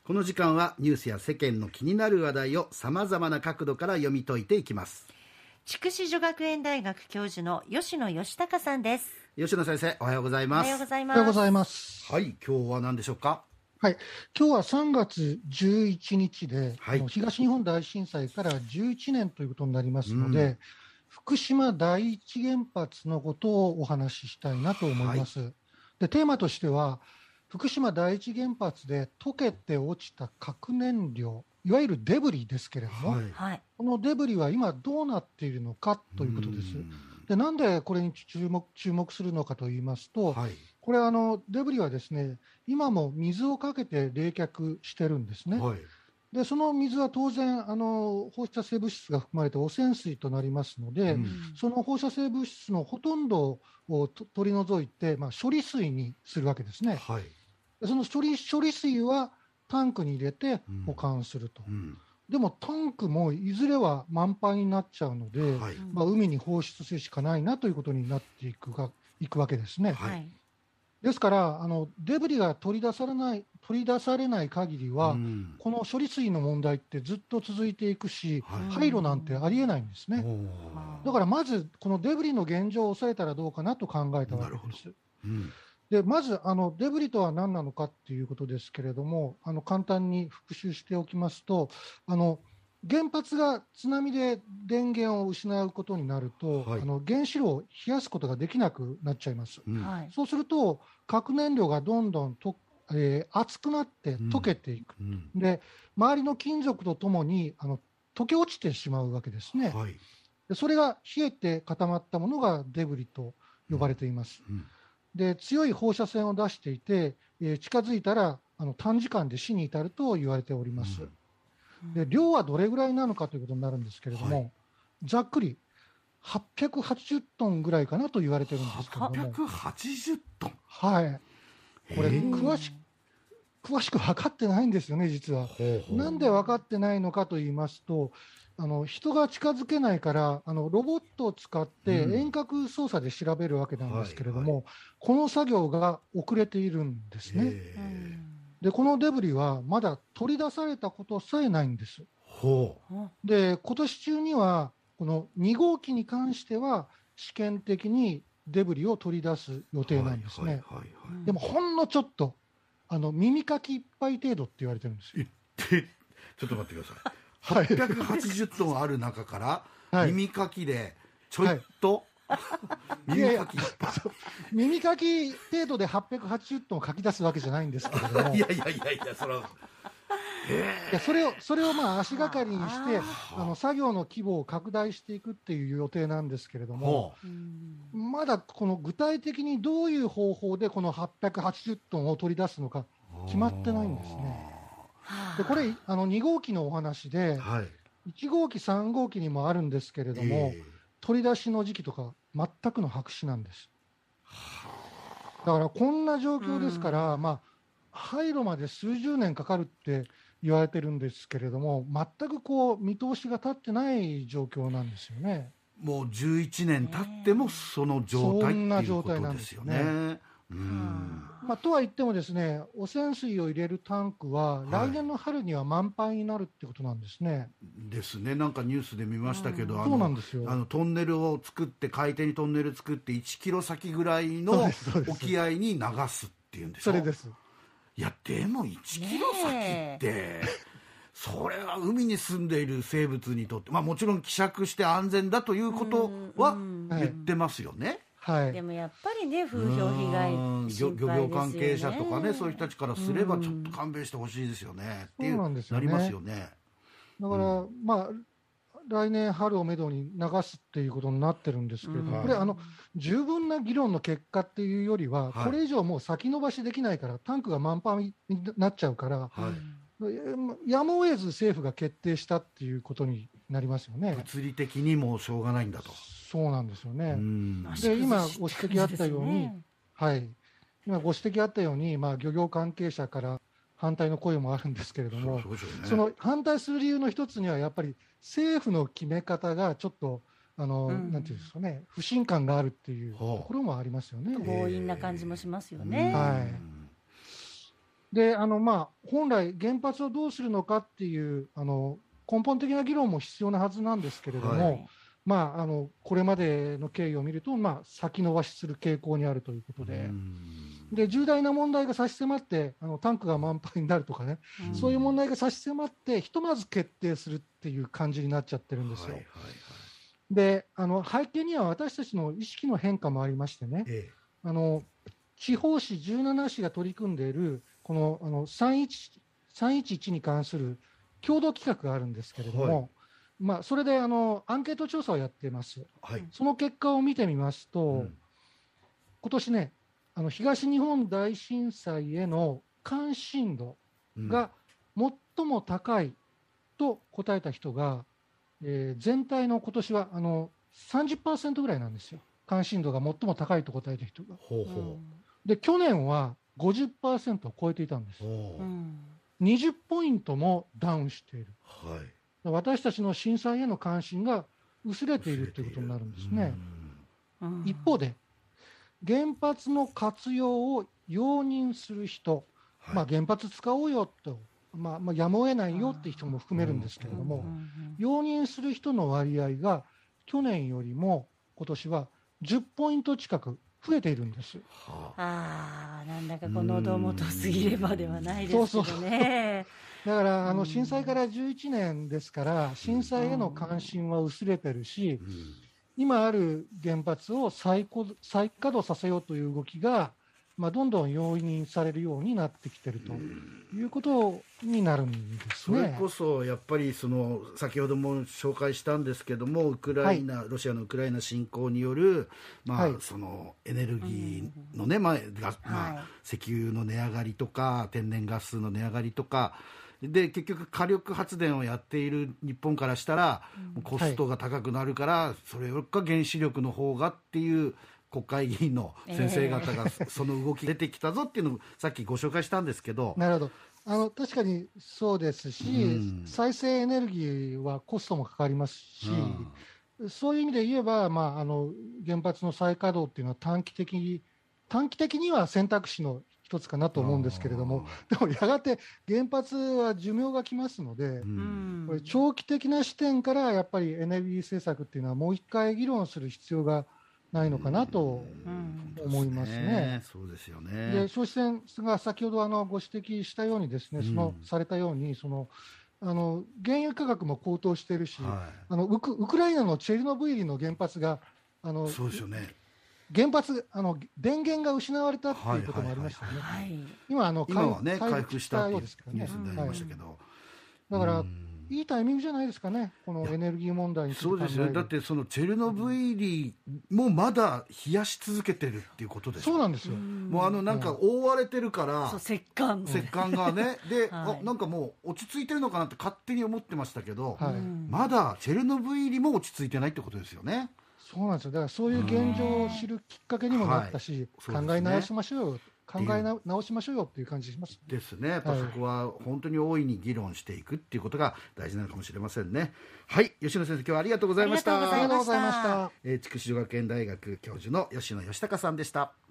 この時間はニュースや世間の気になる話題をさまざまな角度から読み解いていきます。 筑紫女学園大学教授の吉野義孝さんです。 吉野先生、おはようございます。 おはようございます。 おはようございます。 はい、今日は何でしょうか。 はい、今日は3月11日で、 はい、 東日本大震災から11年ということになりますので、福島第一原発のことをお話ししたいなと思います。はい、でテーマとしては、福島第一原発で溶けて落ちた核燃料、いわゆるデブリですけれども、 はい、 このデブリは今どうなっているのかということです。でなんでこれに注目するのかと言いますと、 はい、 これデブリはですね、今も水をかけて冷却してるんですね。はい、でその水は当然放射性物質が含まれて汚染水となりますので、その放射性物質のほとんどを取り除いて、処理水にするわけですね。はい、でその処理水はタンクに入れて保管すると。でもタンクもいずれは満杯になっちゃうので、はい、海に放出するしかないなということになっていくわけですね。はい、ですからデブリが取り出されない限りは、この処理水の問題ってずっと続いていくし、廃炉なんてありえないんですね。だからまずこのデブリの現状を抑えたらどうかなと考えたわけです。でまずデブリとは何なのかっていうことですけれども、簡単に復習しておきますと、原発が津波で電源を失うことになると、はい、原子炉を冷やすことができなくなっちゃいます。そうすると核燃料がどんどん熱くなって溶けていく、で周りの金属とともに溶け落ちてしまうわけですね。はい、でそれが冷えて固まったものがデブリと呼ばれています。で強い放射線を出していて、近づいたら短時間で死に至ると言われております。で量はどれぐらいなのかということになるんですけれども、はい、ざっくり880トンぐらいかなと言われてるんですけれども。 880トン、 はい、これ詳しく分かってないんですよね、実は。なんで分かってないのかと言いますと、人が近づけないからロボットを使って遠隔操作で調べるわけなんですけれども、この作業が遅れているんですね。でこのデブリはまだ取り出されたことさえないんです。で今年中にはこの2号機に関しては試験的にデブリを取り出す予定なんですね。でもほんのちょっと耳かき1杯程度って言われてるんですよ。 ちょっと待ってください。880トンある中から耳かきでちょいと、 耳かき程度で880トンをかき出すわけじゃないんですけれども、 いやそれはそれを足がかりにして作業の規模を拡大していくっていう予定なんですけれども、まだこの具体的にどういう方法でこの880トンを取り出すのか決まってないんですね。でこれ2号機のお話で、1号機3号機にもあるんですけれども、取り出しの時期とか全くの白紙なんです。だからこんな状況ですから、廃炉まで数十年かかるって言われてるんですけれども、全く見通しが立ってない状況なんですよね。 もう11年経ってもその状態っていうことですよね。 とは言ってもですね、汚染水を入れるタンクは来年の春には満杯になるってことなんですね。 ですね。なんかニュースで見ましたけど、 そうなんですよ。 トンネルを作って海底にトンネル作って1キロ先ぐらいの沖合に流すっていうんでしょ。 それです。 いやでも1キロ先ってそれは海に住んでいる生物にとって、もちろん希釈して安全だということは言ってますよね。 でもやっぱりね、風評被害心配ですよね。 漁業関係者とかね、そういう人たちからすればちょっと勘弁してほしいですよねっていうなりますよね。 だから来年春をめどに流すっていうことになってるんですけれども、これ十分な議論の結果っていうよりは、これ以上もう先延ばしできないから、タンクが満杯になっちゃうから、やむを得ず政府が決定したっていうことになりますよね。 物理的にもうしょうがないんだと。 そうなんですよね。で今ご指摘あったように、今ご指摘あったように、漁業関係者から反対の声もあるんですけれども、その反対する理由の一つにはやっぱり政府の決め方がちょっとなんていうんですかね、不信感があるっていうところもありますよね。 強引な感じもしますよね。 で本来、原発をどうするのかっていう根本的な議論も必要なはずなんですけれども、これまでの経緯を見ると、先延ばしする傾向にあるということで、重大な問題が差し迫って、タンクが満杯になるとかね、そういう問題が差し迫って、ひとまず決定するっていう感じになっちゃってるんですよ。で背景には私たちの意識の変化もありましてね、地方紙17紙が取り組んでいるこの311に関する共同企画があるんですけれども、それでアンケート調査をやっています。その結果を見てみますと、今年ね、東日本大震災への関心度が最も高いと答えた人が、全体の今年は30% ぐらいなんですよ。関心度が最も高いと答えた人が。で去年は 50% を超えていたんです。20ポイントもダウンしている。私たちの震災への関心が薄れているということになるんですね。一方で原発の活用を容認する人、原発使おうよと、やむを得ないよって人も含めるんですけれども、容認する人の割合が去年よりも今年は10ポイント近く増えているんです。 なんだかこの喉元過ぎればではないですけどね。 だから震災から11年ですから、震災への関心は薄れてるし、今ある原発を再稼働させようという動きが、どんどん容認されるようになってきているということになるんですね。 それこそやっぱり先ほども紹介したんですけども、ロシアのウクライナ侵攻による、そのエネルギーのね、石油の値上がりとか天然ガスの値上がりとかで、結局火力発電をやっている日本からしたら、コストが高くなるから、それよりか原子力の方がっていう国会議員の先生方がその動き出てきたぞっていうのをさっきご紹介したんですけど。 なるほど。確かにそうですし、再生エネルギーはコストもかかりますし、そういう意味で言えば、原発の再稼働っていうのは短期的には選択肢の一つかなと思うんですけれども、でもやがて原発は寿命がきますので、これ長期的な視点からやっぱりエネルギー政策っていうのはもう一回議論する必要がないのかなと思いますね。 そうですよね。 で、総司線が先ほどご指摘したようにですね、されたように原油価格も高騰しているし、ウクライナのチェルノブイリの原発がそうですよね。 電源が失われたっていうこともありましたね。今はね回復したっていうニュースになりましたけど、 だからいいタイミングじゃないですかね、このエネルギー問題について考える。 そうですよ。だってそのチェルノブイリもまだ冷やし続けてるっていうことでしょ。 そうなんですよ。 もうなんか覆われてるから、 石棺がねで、なんかもう落ち着いてるのかなって勝手に思ってましたけど、まだチェルノブイリも落ち着いてないってことですよね。 そうなんですよ。だからそういう現状を知るきっかけにもなったし、考え直しましょうよっていう感じしますですね。やっぱそこは本当に大いに議論していくっていうことが大事なのかもしれませんね。はい、吉野先生、今日はありがとうございました。 ありがとうございました。 筑紫女学園大学教授の吉野義孝さんでした。